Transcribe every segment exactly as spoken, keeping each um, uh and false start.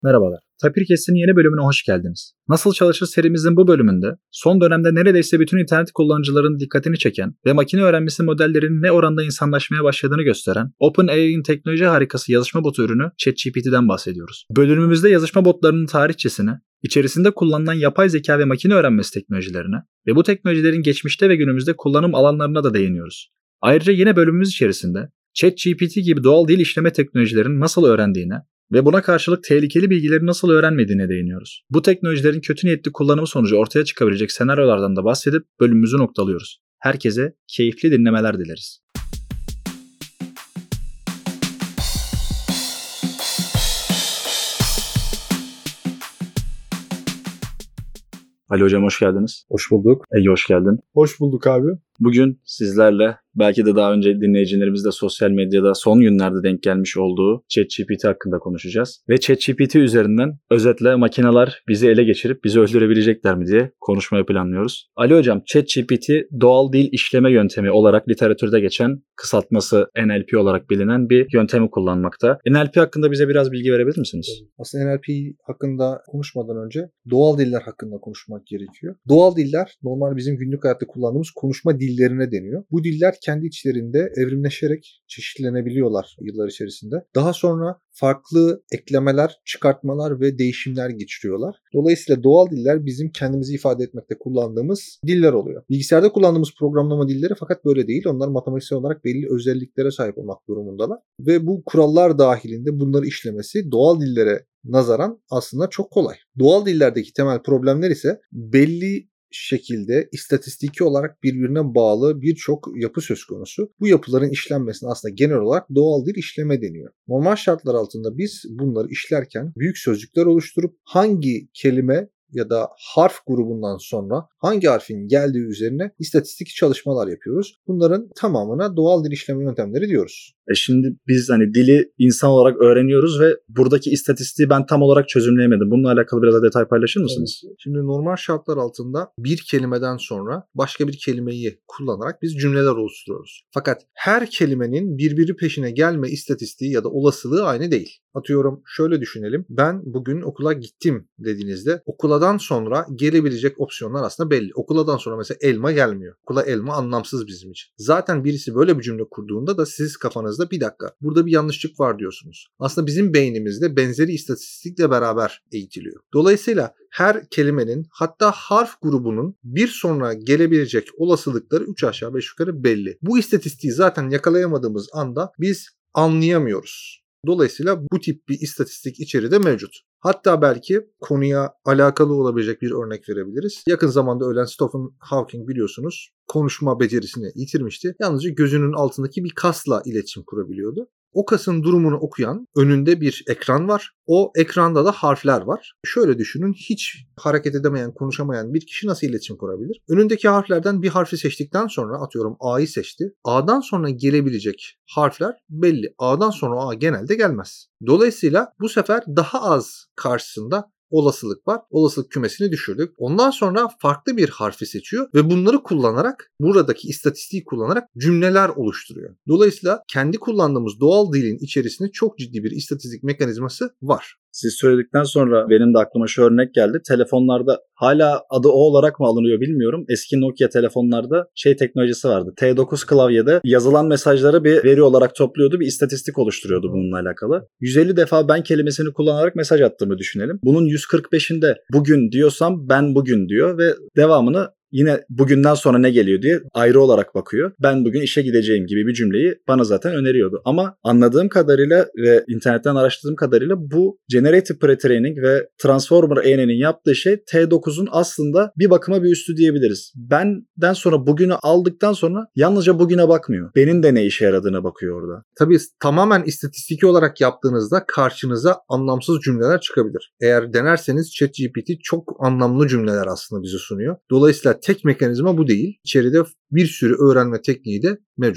Merhabalar. Tapirkes'in yeni bölümüne hoş geldiniz. Nasıl Çalışır serimizin bu bölümünde son dönemde neredeyse bütün internet kullanıcılarının dikkatini çeken ve makine öğrenmesi modellerinin ne oranda insanlaşmaya başladığını gösteren OpenAI'nin teknoloji harikası yazışma botu ürünü ChatGPT'den bahsediyoruz. Bölümümüzde yazışma botlarının tarihçesine, içerisinde kullanılan yapay zeka ve makine öğrenmesi teknolojilerine ve bu teknolojilerin geçmişte ve günümüzde kullanım alanlarına da değiniyoruz. Ayrıca yine bölümümüz içerisinde ChatGPT gibi doğal dil işleme teknolojilerini nasıl öğrendiğine ve buna karşılık tehlikeli bilgileri nasıl öğrenmediğine değiniyoruz. Bu teknolojilerin kötü niyetli kullanımı sonucu ortaya çıkabilecek senaryolardan da bahsedip bölümümüzü noktalıyoruz. Herkese keyifli dinlemeler dileriz. Ali Hocam hoş geldiniz. Hoş bulduk. Ege hoş geldin. Hoş bulduk abi. Bugün sizlerle belki de daha önce dinleyicilerimiz de sosyal medyada son günlerde denk gelmiş olduğu ChatGPT hakkında konuşacağız. Ve ChatGPT üzerinden özetle makineler bizi ele geçirip bizi öldürebilecekler mi diye konuşmayı planlıyoruz. Ali Hocam, ChatGPT doğal dil işleme yöntemi olarak literatürde geçen, kısaltması N L P olarak bilinen bir yöntemi kullanmakta. N L P hakkında bize biraz bilgi verebilir misiniz? Aslında N L P hakkında konuşmadan önce doğal diller hakkında konuşmak gerekiyor. Doğal diller normal bizim günlük hayatta kullandığımız konuşma dillerine deniyor. Bu diller kendi içlerinde evrimleşerek çeşitlenebiliyorlar yıllar içerisinde. Daha sonra farklı eklemeler, çıkartmalar ve değişimler geçiriyorlar. Dolayısıyla doğal diller bizim kendimizi ifade etmekte kullandığımız diller oluyor. Bilgisayarda kullandığımız programlama dilleri fakat böyle değil. Onlar matematiksel olarak belli özelliklere sahip olmak durumundalar. Ve bu kurallar dahilinde bunları işlemesi doğal dillere nazaran aslında çok kolay. Doğal dillerdeki temel problemler ise belli şekilde istatistiki olarak birbirine bağlı birçok yapı söz konusu. Bu yapıların işlenmesine aslında genel olarak doğal dil işleme deniyor. Normal şartlar altında biz bunları işlerken büyük sözcükler oluşturup hangi kelime ya da harf grubundan sonra hangi harfin geldiği üzerine istatistik çalışmalar yapıyoruz. Bunların tamamına doğal dil işleme yöntemleri diyoruz. E şimdi biz hani dili insan olarak öğreniyoruz ve buradaki istatistiği ben tam olarak çözümleyemedim. Bununla alakalı biraz da detay paylaşır mısınız? Evet. Şimdi normal şartlar altında bir kelimeden sonra başka bir kelimeyi kullanarak biz cümleler oluşturuyoruz. Fakat her kelimenin birbiri peşine gelme istatistiği ya da olasılığı aynı değil. Atıyorum şöyle düşünelim. Ben bugün okula gittim dediğinizde okuladan sonra gelebilecek opsiyonlar aslında belli. Okuladan sonra mesela elma gelmiyor. Okula elma anlamsız bizim için. Zaten birisi böyle bir cümle kurduğunda da siz kafanızda bir dakika burada bir yanlışlık var diyorsunuz. Aslında bizim beynimizde benzeri istatistikle beraber eğitiliyor. Dolayısıyla her kelimenin hatta harf grubunun bir sonra gelebilecek olasılıkları üç aşağı beş yukarı belli. Bu istatistiği zaten yakalayamadığımız anda biz anlayamıyoruz. Dolayısıyla bu tip bir istatistik içeride mevcut. Hatta belki konuya alakalı olabilecek bir örnek verebiliriz. Yakın zamanda ölen Stephen Hawking biliyorsunuz konuşma becerisini yitirmişti. Yalnızca gözünün altındaki bir kasla iletişim kurabiliyordu. O kasın durumunu okuyan önünde bir ekran var. O ekranda da harfler var. Şöyle düşünün, hiç hareket edemeyen, konuşamayan bir kişi nasıl iletişim kurabilir? Önündeki harflerden bir harfi seçtikten sonra atıyorum A'yı seçti. A'dan sonra gelebilecek harfler belli. A'dan sonra A genelde gelmez. Dolayısıyla bu sefer daha az karşısında olasılık var. Olasılık kümesini düşürdük. Ondan sonra farklı bir harfi seçiyor ve bunları kullanarak, buradaki istatistiği kullanarak cümleler oluşturuyor. Dolayısıyla kendi kullandığımız doğal dilin içerisinde çok ciddi bir istatistik mekanizması var. Siz söyledikten sonra benim de aklıma şu örnek geldi. Telefonlarda hala adı o olarak mı alınıyor bilmiyorum. Eski Nokia telefonlarda şey teknolojisi vardı. T dokuz klavyede yazılan mesajları bir veri olarak topluyordu. Bir istatistik oluşturuyordu bununla alakalı. yüz elli defa ben kelimesini kullanarak mesaj attığımı düşünelim. Bunun yüz kırk beşinde bugün diyorsam ben bugün diyor ve devamını yine bugünden sonra ne geliyor diye ayrı olarak bakıyor. Ben bugün işe gideceğim gibi bir cümleyi bana zaten öneriyordu. Ama anladığım kadarıyla ve internetten araştırdığım kadarıyla bu Generative Pre-training ve Transformer A I'nin yaptığı şey T dokuzun aslında bir bakıma bir üstü diyebiliriz. Benden sonra bugünü aldıktan sonra yalnızca bugüne bakmıyor. Benim de ne işe yaradığına bakıyor orada. Tabii tamamen istatistiki olarak yaptığınızda karşınıza anlamsız cümleler çıkabilir. Eğer denerseniz ChatGPT çok anlamlı cümleler aslında bize sunuyor. Dolayısıyla tek mekanizma bu değil. İçeride bir sürü öğrenme tekniği de mevcut.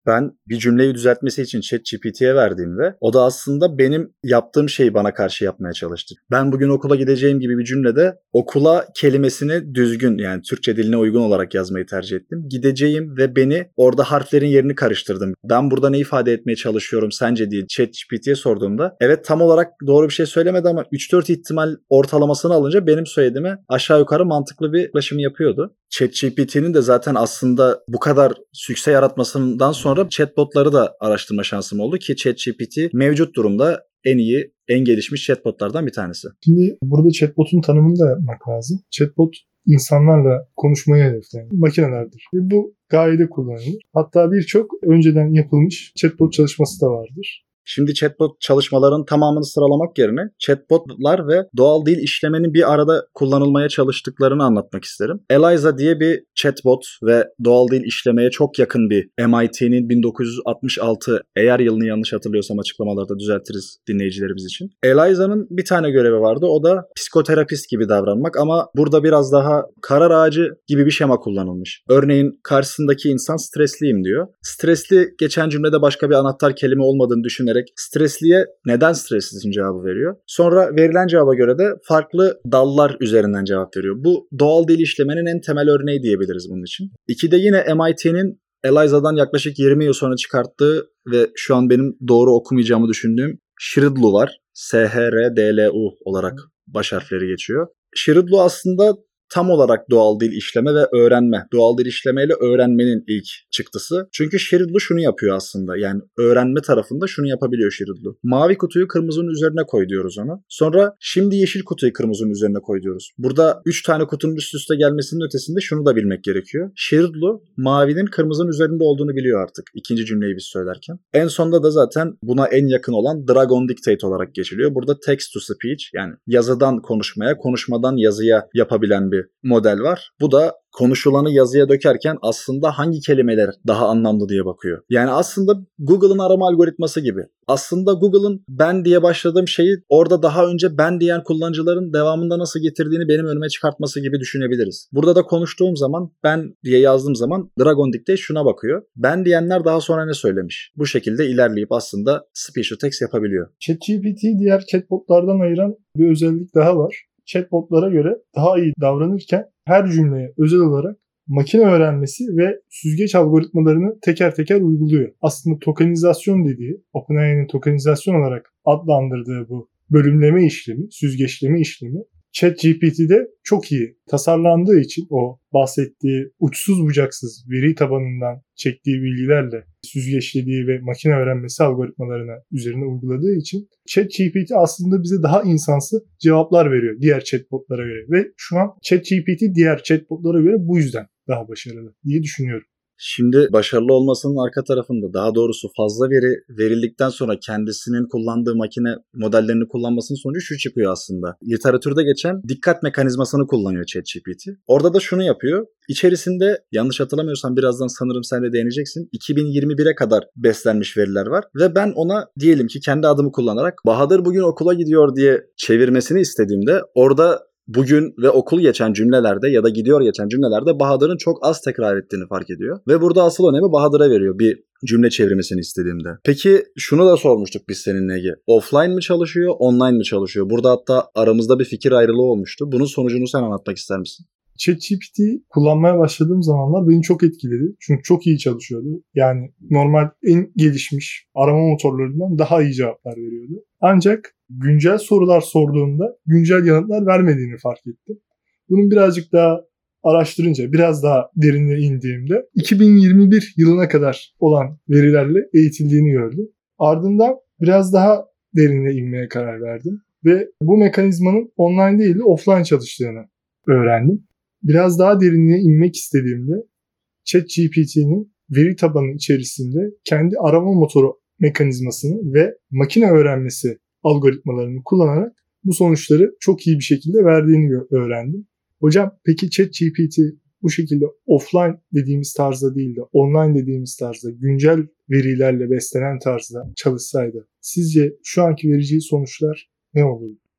Ben bir cümleyi düzeltmesi için ChatGPT'ye verdiğimde o da aslında benim yaptığım şeyi bana karşı yapmaya çalıştı. Ben bugün okula gideceğim gibi bir cümlede okula kelimesini düzgün, yani Türkçe diline uygun olarak yazmayı tercih ettim. Gideceğim ve beni orada harflerin yerini karıştırdım. Ben burada ne ifade etmeye çalışıyorum sence diye ChatGPT'ye sorduğumda evet tam olarak doğru bir şey söylemedi ama üç dört ihtimal ortalamasını alınca benim söylediğime aşağı yukarı mantıklı bir yaklaşım yapıyordu. ChatGPT'nin de zaten aslında bu kadar sükse yaratmasından sonra chatbotları da araştırma şansım oldu ki ChatGPT mevcut durumda en iyi, en gelişmiş chatbotlardan bir tanesi. Şimdi burada chatbot'un tanımını da yapmak lazım. Chatbot insanlarla konuşmayı hedefleyen makinelerdir. Ve bu gayede kullanılır. Hatta birçok önceden yapılmış chatbot çalışması da vardır. Şimdi chatbot çalışmaların tamamını sıralamak yerine chatbotlar ve doğal dil işlemenin bir arada kullanılmaya çalıştıklarını anlatmak isterim. Eliza diye bir chatbot ve doğal dil işlemeye çok yakın bir M I T'nin bin dokuz yüz altmış altı, eğer yılını yanlış hatırlıyorsam açıklamalarda düzeltiriz dinleyicilerimiz için. Eliza'nın bir tane görevi vardı, o da psikoterapist gibi davranmak ama burada biraz daha karar ağacı gibi bir şema kullanılmış. Örneğin karşısındaki insan stresliyim diyor. Stresli geçen cümlede başka bir anahtar kelime olmadığını düşünerek stresliye neden streslisin cevabı veriyor. Sonra verilen cevaba göre de farklı dallar üzerinden cevap veriyor. Bu doğal dil işlemenin en temel örneği diyebiliriz bunun için. İkide yine M I T'nin Eliza'dan yaklaşık yirmi yıl sonra çıkarttığı ve şu an benim doğru okumayacağımı düşündüğüm Shridlu var. S H R D L U olarak baş harfleri geçiyor. Shridlu aslında tam olarak doğal dil işleme ve öğrenme. Doğal dil işlemeyle öğrenmenin ilk çıktısı. Çünkü Shridlu şunu yapıyor aslında. Yani öğrenme tarafında şunu yapabiliyor Shridlu. Mavi kutuyu kırmızının üzerine koy diyoruz ona. Sonra şimdi yeşil kutuyu kırmızının üzerine koy diyoruz. Burada üç tane kutunun üst üste gelmesinin ötesinde şunu da bilmek gerekiyor. Shridlu mavinin kırmızının üzerinde olduğunu biliyor artık. İkinci cümleyi biz söylerken. En sonda da zaten buna en yakın olan Dragon Dictate olarak geçiliyor. Burada text to speech, yani yazıdan konuşmaya, konuşmadan yazıya yapabilen bir model var. Bu da konuşulanı yazıya dökerken aslında hangi kelimeler daha anlamlı diye bakıyor. Yani aslında Google'ın arama algoritması gibi. Aslında Google'ın ben diye başladığım şeyi orada daha önce ben diyen kullanıcıların devamında nasıl getirdiğini benim önüme çıkartması gibi düşünebiliriz. Burada da konuştuğum zaman ben diye yazdığım zaman Dragon Dictate şuna bakıyor. Ben diyenler daha sonra ne söylemiş? Bu şekilde ilerleyip aslında speech to text yapabiliyor. ChatGPT diğer chatbotlardan ayıran bir özellik daha var. Chatbotlara göre daha iyi davranırken her cümleye özel olarak makine öğrenmesi ve süzgeç algoritmalarını teker teker uyguluyor. Aslında tokenizasyon dediği, OpenAI'nin tokenizasyon olarak adlandırdığı bu bölümleme işlemi, süzgeçleme işlemi ChatGPT'de çok iyi tasarlandığı için o bahsettiği uçsuz bucaksız veri tabanından çektiği bilgilerle süzgeçlediği ve makine öğrenmesi algoritmalarına üzerine uyguladığı için ChatGPT aslında bize daha insansı cevaplar veriyor diğer chatbotlara göre ve şu an ChatGPT diğer chatbotlara göre bu yüzden daha başarılı diye düşünüyorum. Şimdi başarılı olmasının arka tarafında, daha doğrusu fazla veri verildikten sonra kendisinin kullandığı makine modellerini kullanmasının sonucu şu çıkıyor aslında. Literatürde geçen dikkat mekanizmasını kullanıyor ChatGPT. Orada da şunu yapıyor. İçerisinde yanlış hatırlamıyorsam birazdan sanırım sen de değineceksin. iki bin yirmi bire kadar beslenmiş veriler var ve ben ona diyelim ki kendi adımı kullanarak Bahadır bugün okula gidiyor diye çevirmesini istediğimde orada bugün ve okul geçen cümlelerde ya da gidiyor geçen cümlelerde Bahadır'ın çok az tekrar ettiğini fark ediyor. Ve burada asıl önemi Bahadır'a veriyor bir cümle çevirmesini istediğimde. Peki şunu da sormuştuk biz seninle Ege. Offline mi çalışıyor, online mi çalışıyor? Burada hatta aramızda bir fikir ayrılığı olmuştu. Bunun sonucunu sen anlatmak ister misin? ChatGPT kullanmaya başladığım zamanlar beni çok etkiledi. Çünkü çok iyi çalışıyordu. Yani normal en gelişmiş arama motorlarından daha iyi cevaplar veriyordu. Ancak güncel sorular sorduğumda güncel yanıtlar vermediğini fark ettim. Bunun birazcık daha araştırınca, biraz daha derinine indiğimde iki bin yirmi bir yılına kadar olan verilerle eğitildiğini gördüm. Ardından biraz daha derinine inmeye karar verdim. Ve bu mekanizmanın online değil de offline çalıştığını öğrendim. Biraz daha derinine inmek istediğimde ChatGPT'nin veri tabanı içerisinde kendi arama motoru mekanizmasını ve makine öğrenmesi algoritmalarını kullanarak bu sonuçları çok iyi bir şekilde verdiğini öğrendim. Hocam peki ChatGPT bu şekilde offline dediğimiz tarzda değil de online dediğimiz tarzda güncel verilerle beslenen tarzda çalışsaydı sizce şu anki vereceği sonuçlar ne olurdu?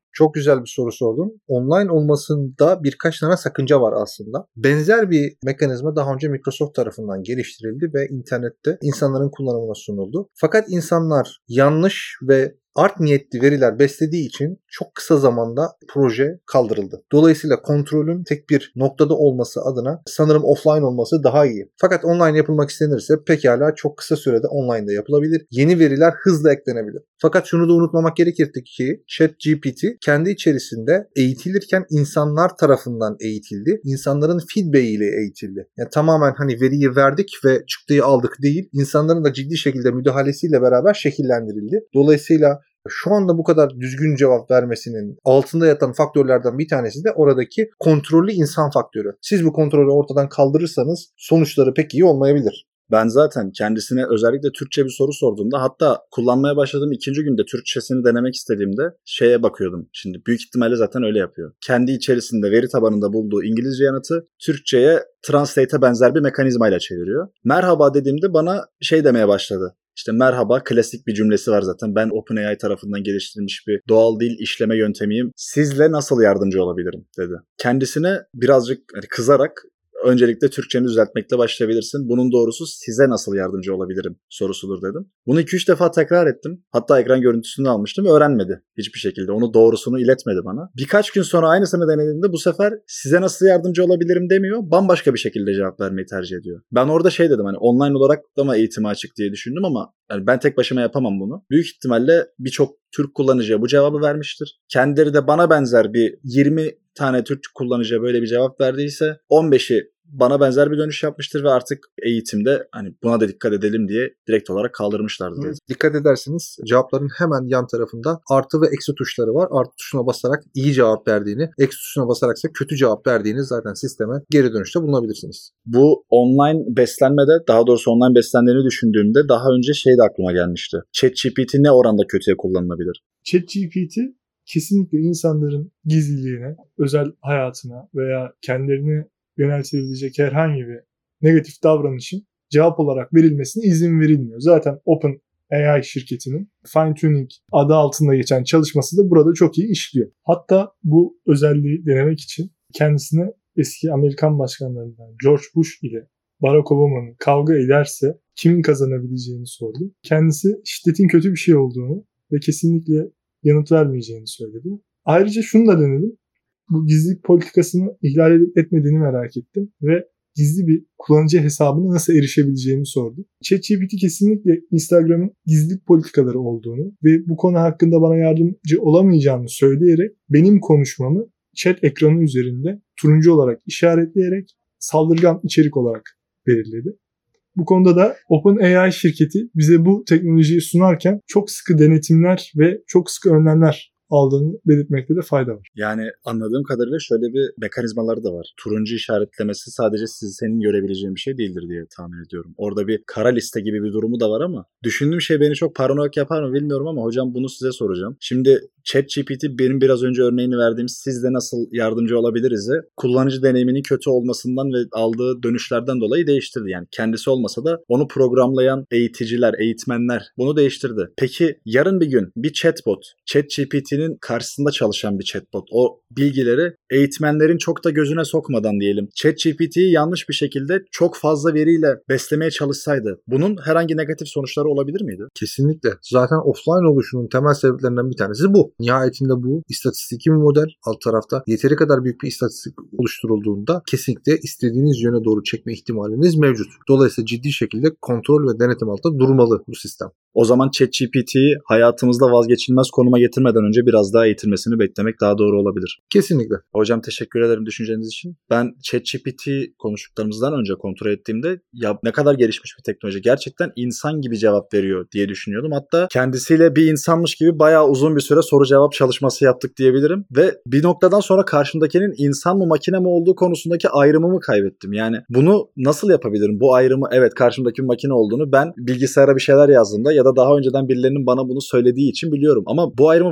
Çok güzel bir soru sordun. Online olmasında birkaç tane sakınca var aslında. Benzer bir mekanizma daha önce Microsoft tarafından geliştirildi ve internette insanların kullanımına sunuldu. Fakat insanlar yanlış ve art niyetli veriler beslediği için çok kısa zamanda proje kaldırıldı. Dolayısıyla kontrolün tek bir noktada olması adına sanırım offline olması daha iyi. Fakat online yapılmak istenirse pekala çok kısa sürede online de yapılabilir. Yeni veriler hızla eklenebilir. Fakat şunu da unutmamak gerekir ki ChatGPT kendi içerisinde eğitilirken insanlar tarafından eğitildi. İnsanların feedback ile eğitildi. Yani tamamen hani veriyi verdik ve çıktıyı aldık değil. İnsanların da ciddi şekilde müdahalesiyle beraber şekillendirildi. Dolayısıyla şu anda bu kadar düzgün cevap vermesinin altında yatan faktörlerden bir tanesi de oradaki kontrollü insan faktörü. Siz bu kontrolü ortadan kaldırırsanız sonuçları pek iyi olmayabilir. Ben zaten kendisine özellikle Türkçe bir soru sorduğumda, hatta kullanmaya başladığım ikinci günde Türkçesini denemek istediğimde şeye bakıyordum. Şimdi büyük ihtimalle zaten öyle yapıyor. Kendi içerisinde veri tabanında bulduğu İngilizce yanıtı Türkçe'ye Translate'e benzer bir mekanizmayla çeviriyor. Merhaba dediğimde bana şey demeye başladı. İşte merhaba, klasik bir cümlesi var zaten. Ben OpenAI tarafından geliştirilmiş bir doğal dil işleme yöntemiyim. Sizle nasıl yardımcı olabilirim dedi. Kendisine birazcık hani kızarak öncelikle Türkçeni düzeltmekle başlayabilirsin. Bunun doğrusu size nasıl yardımcı olabilirim sorusudur dedim. Bunu iki üç defa tekrar ettim. Hatta ekran görüntüsünü almıştım. Öğrenmedi hiçbir şekilde. Onu doğrusunu iletmedi bana. Birkaç gün sonra aynısını denediğimde bu sefer size nasıl yardımcı olabilirim demiyor. Bambaşka bir şekilde cevap vermeyi tercih ediyor. Ben orada şey dedim, hani online olarak da mı eğitime açık diye düşündüm ama yani ben tek başıma yapamam bunu. Büyük ihtimalle birçok Türk kullanıcıya bu cevabı vermiştir. Kendileri de bana benzer bir yirmi tane Türk kullanıcıya böyle bir cevap verdiyse on beşi bana benzer bir dönüş yapmıştır ve artık eğitimde hani buna da dikkat edelim diye direkt olarak kaldırmışlardı diye. Dikkat ederseniz cevapların hemen yan tarafında artı ve eksi tuşları var. Artı tuşuna basarak iyi cevap verdiğini, eksi tuşuna basaraksa kötü cevap verdiğini zaten sisteme geri dönüşte bulunabilirsiniz. Bu online beslenmede, daha doğrusu online beslendiğini düşündüğümde daha önce şey de aklıma gelmişti. ChatGPT ne oranda kötüye kullanılabilir? ChatGPT kesinlikle insanların gizliliğine, özel hayatına veya kendilerine yöneltilecek herhangi bir negatif davranışın cevap olarak verilmesine izin verilmiyor. Zaten OpenAI şirketinin Fine Tuning adı altında geçen çalışması da burada çok iyi işliyor. Hatta bu özelliği denemek için kendisine eski Amerikan başkanlarından George Bush ile Barack Obama'nın kavga ederse kimin kazanabileceğini sordu. Kendisi şiddetin kötü bir şey olduğunu ve kesinlikle yanıt vermeyeceğini söyledi. Ayrıca şunu da denedim. Bu gizlilik politikasını ihlal edip etmediğini merak ettim ve gizli bir kullanıcı hesabına nasıl erişebileceğimi sordum. ChatGPT kesinlikle Instagram'ın gizlilik politikaları olduğunu ve bu konu hakkında bana yardımcı olamayacağını söyleyerek benim konuşmamı chat ekranı üzerinde turuncu olarak işaretleyerek saldırgan içerik olarak belirledi. Bu konuda da OpenAI şirketi bize bu teknolojiyi sunarken çok sıkı denetimler ve çok sıkı önlemler aldığını belirtmekte de fayda var. Yani anladığım kadarıyla şöyle bir mekanizmaları da var. Turuncu işaretlemesi sadece sizi senin görebileceğin bir şey değildir diye tahmin ediyorum. Orada bir kara liste gibi bir durumu da var ama düşündüğüm şey beni çok paranoyak yapar mı bilmiyorum ama hocam bunu size soracağım. Şimdi ChatGPT benim biraz önce örneğini verdiğim sizle nasıl yardımcı olabiliriz'i kullanıcı deneyiminin kötü olmasından ve aldığı dönüşlerden dolayı değiştirdi. Yani kendisi olmasa da onu programlayan eğiticiler, eğitmenler bunu değiştirdi. Peki yarın bir gün bir chatbot, ChatGPT'nin karşısında çalışan bir chatbot o bilgileri eğitmenlerin çok da gözüne sokmadan diyelim ChatGPT'yi yanlış bir şekilde çok fazla veriyle beslemeye çalışsaydı bunun herhangi negatif sonuçları olabilir miydi? Kesinlikle. Zaten offline oluşunun temel sebeplerinden bir tanesi bu. Nihayetinde bu istatistiki bir model. Alt tarafta yeteri kadar büyük bir istatistik oluşturulduğunda kesinlikle istediğiniz yöne doğru çekme ihtimaliniz mevcut. Dolayısıyla ciddi şekilde kontrol ve denetim altında durmalı bu sistem. O zaman ChatGPT'yi hayatımızda vazgeçilmez konuma getirmeden önce biraz daha eğitilmesini beklemek daha doğru olabilir. Kesinlikle. Hocam teşekkür ederim düşünceniz için. Ben ChatGPT konuştuklarımızdan önce kontrol ettiğimde ya ne kadar gelişmiş bir teknoloji. Gerçekten insan gibi cevap veriyor diye düşünüyordum. Hatta kendisiyle bir insanmış gibi bayağı uzun bir süre soru cevap çalışması yaptık diyebilirim. Ve bir noktadan sonra karşımdakinin insan mı makine mi olduğu konusundaki ayrımımı kaybettim. Yani bunu nasıl yapabilirim? Bu ayrımı evet karşımdaki bir makine olduğunu ben bilgisayara bir şeyler yazdığımda ya da daha önceden birilerinin bana bunu söylediği için biliyorum. Ama bu ayrımı başka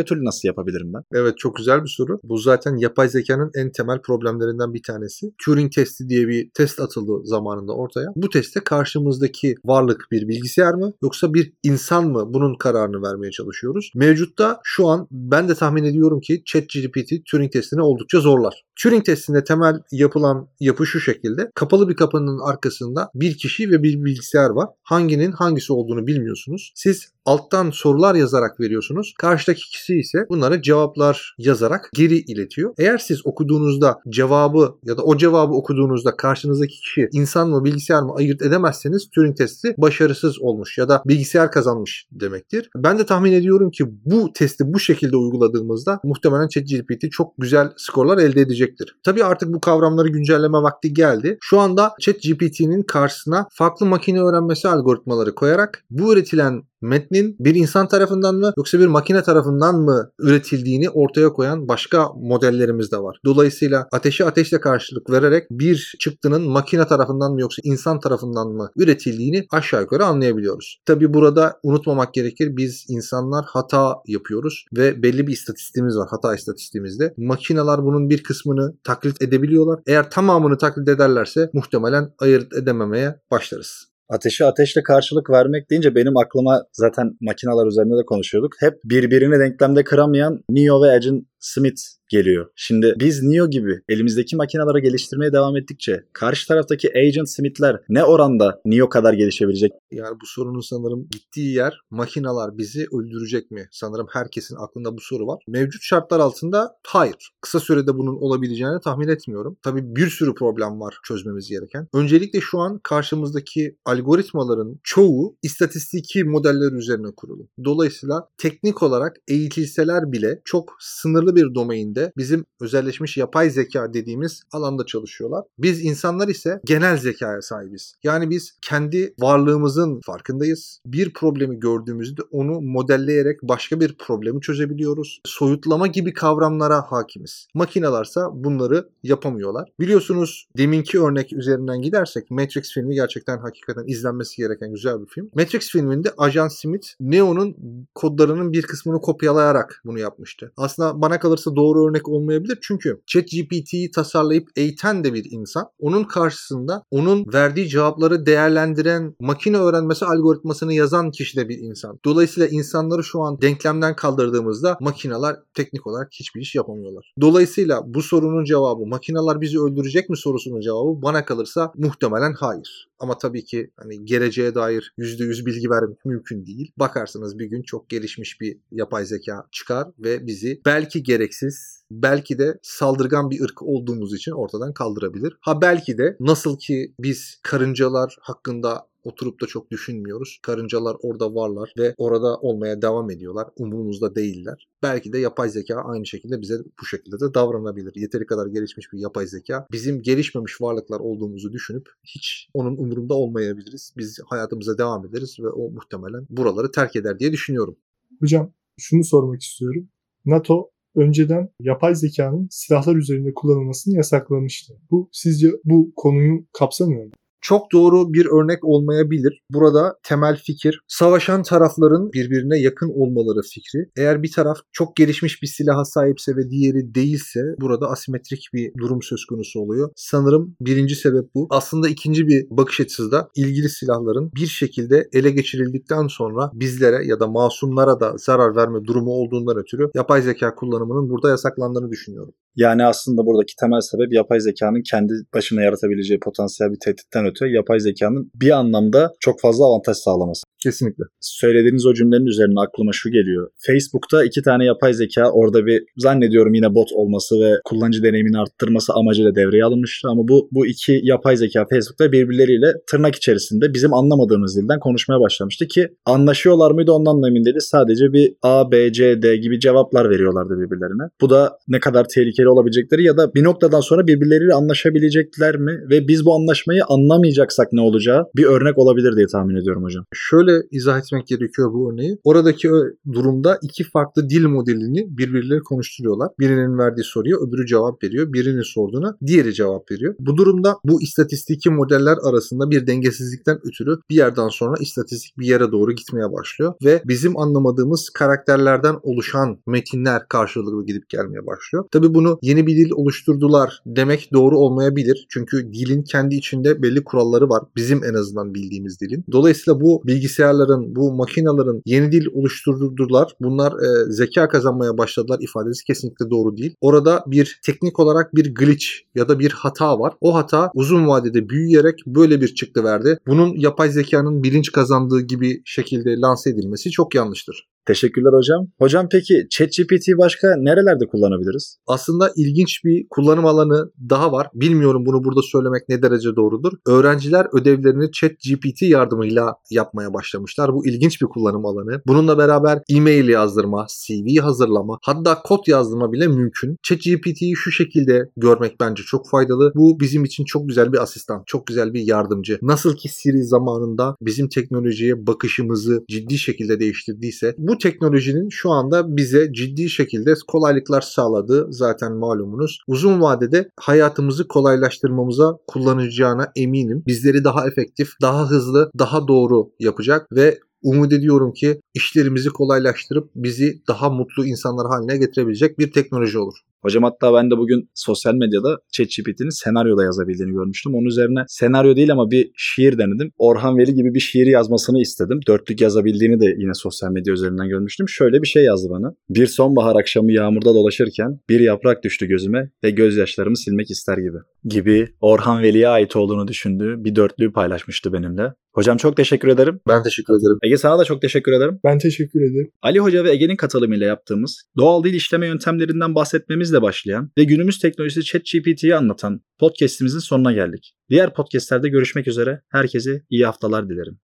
türlü nasıl yapabilirim ben? Evet, çok güzel bir soru. Bu zaten yapay zekanın en temel problemlerinden bir tanesi. Turing testi diye bir test atıldı zamanında ortaya. Bu testte karşımızdaki varlık bir bilgisayar mı yoksa bir insan mı, bunun kararını vermeye çalışıyoruz. Mevcutta şu an ben de tahmin ediyorum ki ChatGPT Turing testini oldukça zorlar. Turing testinde temel yapılan yapı şu şekilde. Kapalı bir kapının arkasında bir kişi ve bir bilgisayar var. Hanginin hangisi olduğunu bilmiyorsunuz. Siz alttan sorular yazarak veriyorsunuz. Karşıdaki kişi ise bunlara cevaplar yazarak geri iletiyor. Eğer siz okuduğunuzda cevabı ya da o cevabı okuduğunuzda karşınızdaki kişi insan mı bilgisayar mı ayırt edemezseniz Turing testi başarısız olmuş ya da bilgisayar kazanmış demektir. Ben de tahmin ediyorum ki bu testi bu şekilde uyguladığımızda muhtemelen ChatGPT çok güzel skorlar elde edecektir. Tabii artık bu kavramları güncelleme vakti geldi. Şu anda ChatGPT'nin karşısına farklı makine öğrenmesi algoritmaları koyarak bu üretilen metnin bir insan tarafından mı yoksa bir makine tarafından mı üretildiğini ortaya koyan başka modellerimiz de var. Dolayısıyla ateşe ateşle karşılık vererek bir çıktının makine tarafından mı yoksa insan tarafından mı üretildiğini aşağı yukarı anlayabiliyoruz. Tabi burada unutmamak gerekir, biz insanlar hata yapıyoruz ve belli bir istatistiğimiz var, hata istatistiğimizde. Makineler bunun bir kısmını taklit edebiliyorlar. Eğer tamamını taklit ederlerse muhtemelen ayırt edememeye başlarız. Ateşe ateşle karşılık vermek deyince benim aklıma, zaten makineler üzerinde de konuşuyorduk, hep birbirini denklemde kıramayan Neo ve Agent Smith geliyor. Şimdi biz Neo gibi elimizdeki makineleri geliştirmeye devam ettikçe karşı taraftaki Agent Smith'ler ne oranda Neo kadar gelişebilecek? Yani bu sorunun sanırım gittiği yer, makineler bizi öldürecek mi? Sanırım herkesin aklında bu soru var. Mevcut şartlar altında hayır. Kısa sürede bunun olabileceğini tahmin etmiyorum. Tabii bir sürü problem var çözmemiz gereken. Öncelikle şu an karşımızdaki algoritmaların çoğu istatistiki modeller üzerine kurulu. Dolayısıyla teknik olarak eğitilseler bile çok sınırlı bir domainde bizim özelleşmiş yapay zeka dediğimiz alanda çalışıyorlar. Biz insanlar ise genel zekaya sahibiz. Yani biz kendi varlığımızın farkındayız. Bir problemi gördüğümüzde onu modelleyerek başka bir problemi çözebiliyoruz. Soyutlama gibi kavramlara hakimiz. Makinelersa bunları yapamıyorlar. Biliyorsunuz, deminki örnek üzerinden gidersek Matrix filmi gerçekten hakikaten izlenmesi gereken güzel bir film. Matrix filminde Ajan Smith Neo'nun kodlarının bir kısmını kopyalayarak bunu yapmıştı. Aslında bana kalırsa doğru örnek olmayabilir. Çünkü ChatGPT'yi tasarlayıp eğiten de bir insan. Onun karşısında onun verdiği cevapları değerlendiren makine öğrenmesi algoritmasını yazan kişi de bir insan. Dolayısıyla insanları şu an denklemden kaldırdığımızda makineler teknik olarak hiçbir iş yapamıyorlar. Dolayısıyla bu sorunun cevabı, makineler bizi öldürecek mi sorusunun cevabı bana kalırsa muhtemelen hayır. Ama tabii ki hani geleceğe dair yüzde yüz bilgi vermek mümkün değil. Bakarsınız bir gün çok gelişmiş bir yapay zeka çıkar ve bizi belki gereksiz, belki de saldırgan bir ırk olduğumuz için ortadan kaldırabilir. Ha belki de nasıl ki biz karıncalar hakkında oturup da çok düşünmüyoruz. Karıncalar orada varlar ve orada olmaya devam ediyorlar. Umurumuzda değiller. Belki de yapay zeka aynı şekilde bize bu şekilde de davranabilir. Yeteri kadar gelişmiş bir yapay zeka bizim gelişmemiş varlıklar olduğumuzu düşünüp hiç onun umurunda olmayabiliriz. Biz hayatımıza devam ederiz ve o muhtemelen buraları terk eder diye düşünüyorum. Hocam şunu sormak istiyorum. NATO önceden yapay zekanın silahlar üzerinde kullanılmasını yasaklamıştı. Bu sizce bu konuyu kapsamıyor mu? Çok doğru bir örnek olmayabilir. Burada temel fikir savaşan tarafların birbirine yakın olmaları fikri. Eğer bir taraf çok gelişmiş bir silaha sahipse ve diğeri değilse burada asimetrik bir durum söz konusu oluyor. Sanırım birinci sebep bu. Aslında ikinci bir bakış açısı da ilgili silahların bir şekilde ele geçirildikten sonra bizlere ya da masumlara da zarar verme durumu olduğundan ötürü yapay zeka kullanımının burada yasaklandığını düşünüyorum. Yani aslında buradaki temel sebep yapay zekanın kendi başına yaratabileceği potansiyel bir tehditten öte yapay zekanın bir anlamda çok fazla avantaj sağlaması. Kesinlikle. Söylediğiniz o cümlenin üzerine aklıma şu geliyor. Facebook'ta iki tane yapay zeka orada bir zannediyorum yine bot olması ve kullanıcı deneyimini arttırması amacıyla devreye alınmıştı. Ama bu bu iki yapay zeka Facebook'ta birbirleriyle tırnak içerisinde bizim anlamadığımız dilden konuşmaya başlamıştı ki anlaşıyorlar mıydı ondan da emin değiliz. Sadece bir A, B, C, D gibi cevaplar veriyorlardı birbirlerine. Bu da ne kadar tehlikeli tehlikeli olabilecekleri ya da bir noktadan sonra birbirleriyle anlaşabilecekler mi ve biz bu anlaşmayı anlamayacaksak ne olacağı bir örnek olabilir diye tahmin ediyorum hocam. Şöyle izah etmek gerekiyor bu örneği. Oradaki durumda iki farklı dil modelini birbirleri konuşturuyorlar. Birinin verdiği soruya öbürü cevap veriyor. Birinin sorduğuna diğeri cevap veriyor. Bu durumda bu istatistiki modeller arasında bir dengesizlikten ötürü bir yerden sonra istatistik bir yere doğru gitmeye başlıyor ve bizim anlamadığımız karakterlerden oluşan metinler karşılıklı gidip gelmeye başlıyor. Tabii bunu yeni bir dil oluşturdular demek doğru olmayabilir. Çünkü dilin kendi içinde belli kuralları var. Bizim en azından bildiğimiz dilin. Dolayısıyla bu bilgisayarların, bu makinelerin yeni dil oluşturdular. Bunlar e, zeka kazanmaya başladılar ifadesi kesinlikle doğru değil. Orada bir teknik olarak bir glitch ya da bir hata var. O hata uzun vadede büyüyerek böyle bir çıktı verdi. Bunun yapay zekanın bilinç kazandığı gibi şekilde lanse edilmesi çok yanlıştır. Teşekkürler hocam. Hocam peki ChatGPT'yi başka nerelerde kullanabiliriz? Aslında ilginç bir kullanım alanı daha var. Bilmiyorum bunu burada söylemek ne derece doğrudur. Öğrenciler ödevlerini ChatGPT yardımıyla yapmaya başlamışlar. Bu ilginç bir kullanım alanı. Bununla beraber e-mail yazdırma, C V hazırlama, hatta kod yazdırma bile mümkün. ChatGPT'yi şu şekilde görmek bence çok faydalı. Bu bizim için çok güzel bir asistan, çok güzel bir yardımcı. Nasıl ki Siri zamanında bizim teknolojiye bakışımızı ciddi şekilde değiştirdiyse, bu teknolojinin şu anda bize ciddi şekilde kolaylıklar sağladığı zaten malumunuz. Uzun vadede hayatımızı kolaylaştırmamıza kullanacağına eminim. Bizleri daha efektif, daha hızlı, daha doğru yapacak ve umut ediyorum ki işlerimizi kolaylaştırıp bizi daha mutlu insanlar haline getirebilecek bir teknoloji olur. Hocam hatta ben de bugün sosyal medyada ChatGPT'nin senaryoda yazabildiğini görmüştüm. Onun üzerine senaryo değil ama bir şiir denedim. Orhan Veli gibi bir şiir yazmasını istedim. Dörtlük yazabildiğini de yine sosyal medya üzerinden görmüştüm. Şöyle bir şey yazdı bana. Bir sonbahar akşamı yağmurda dolaşırken bir yaprak düştü gözüme ve gözyaşlarımı silmek ister gibi. Gibi Orhan Veli'ye ait olduğunu düşündüğü bir dörtlüğü paylaşmıştı benimle. Hocam çok teşekkür ederim. Ben teşekkür ederim. Ege sana da çok teşekkür ederim. Ben teşekkür ederim. Ali Hoca ve Ege'nin katılımıyla yaptığımız doğal dil işleme yöntemlerinden bahsetmemizle başlayan ve günümüz teknolojisi ChatGPT'yi anlatan podcast'imizin sonuna geldik. Diğer podcast'lerde görüşmek üzere. Herkese iyi haftalar dilerim.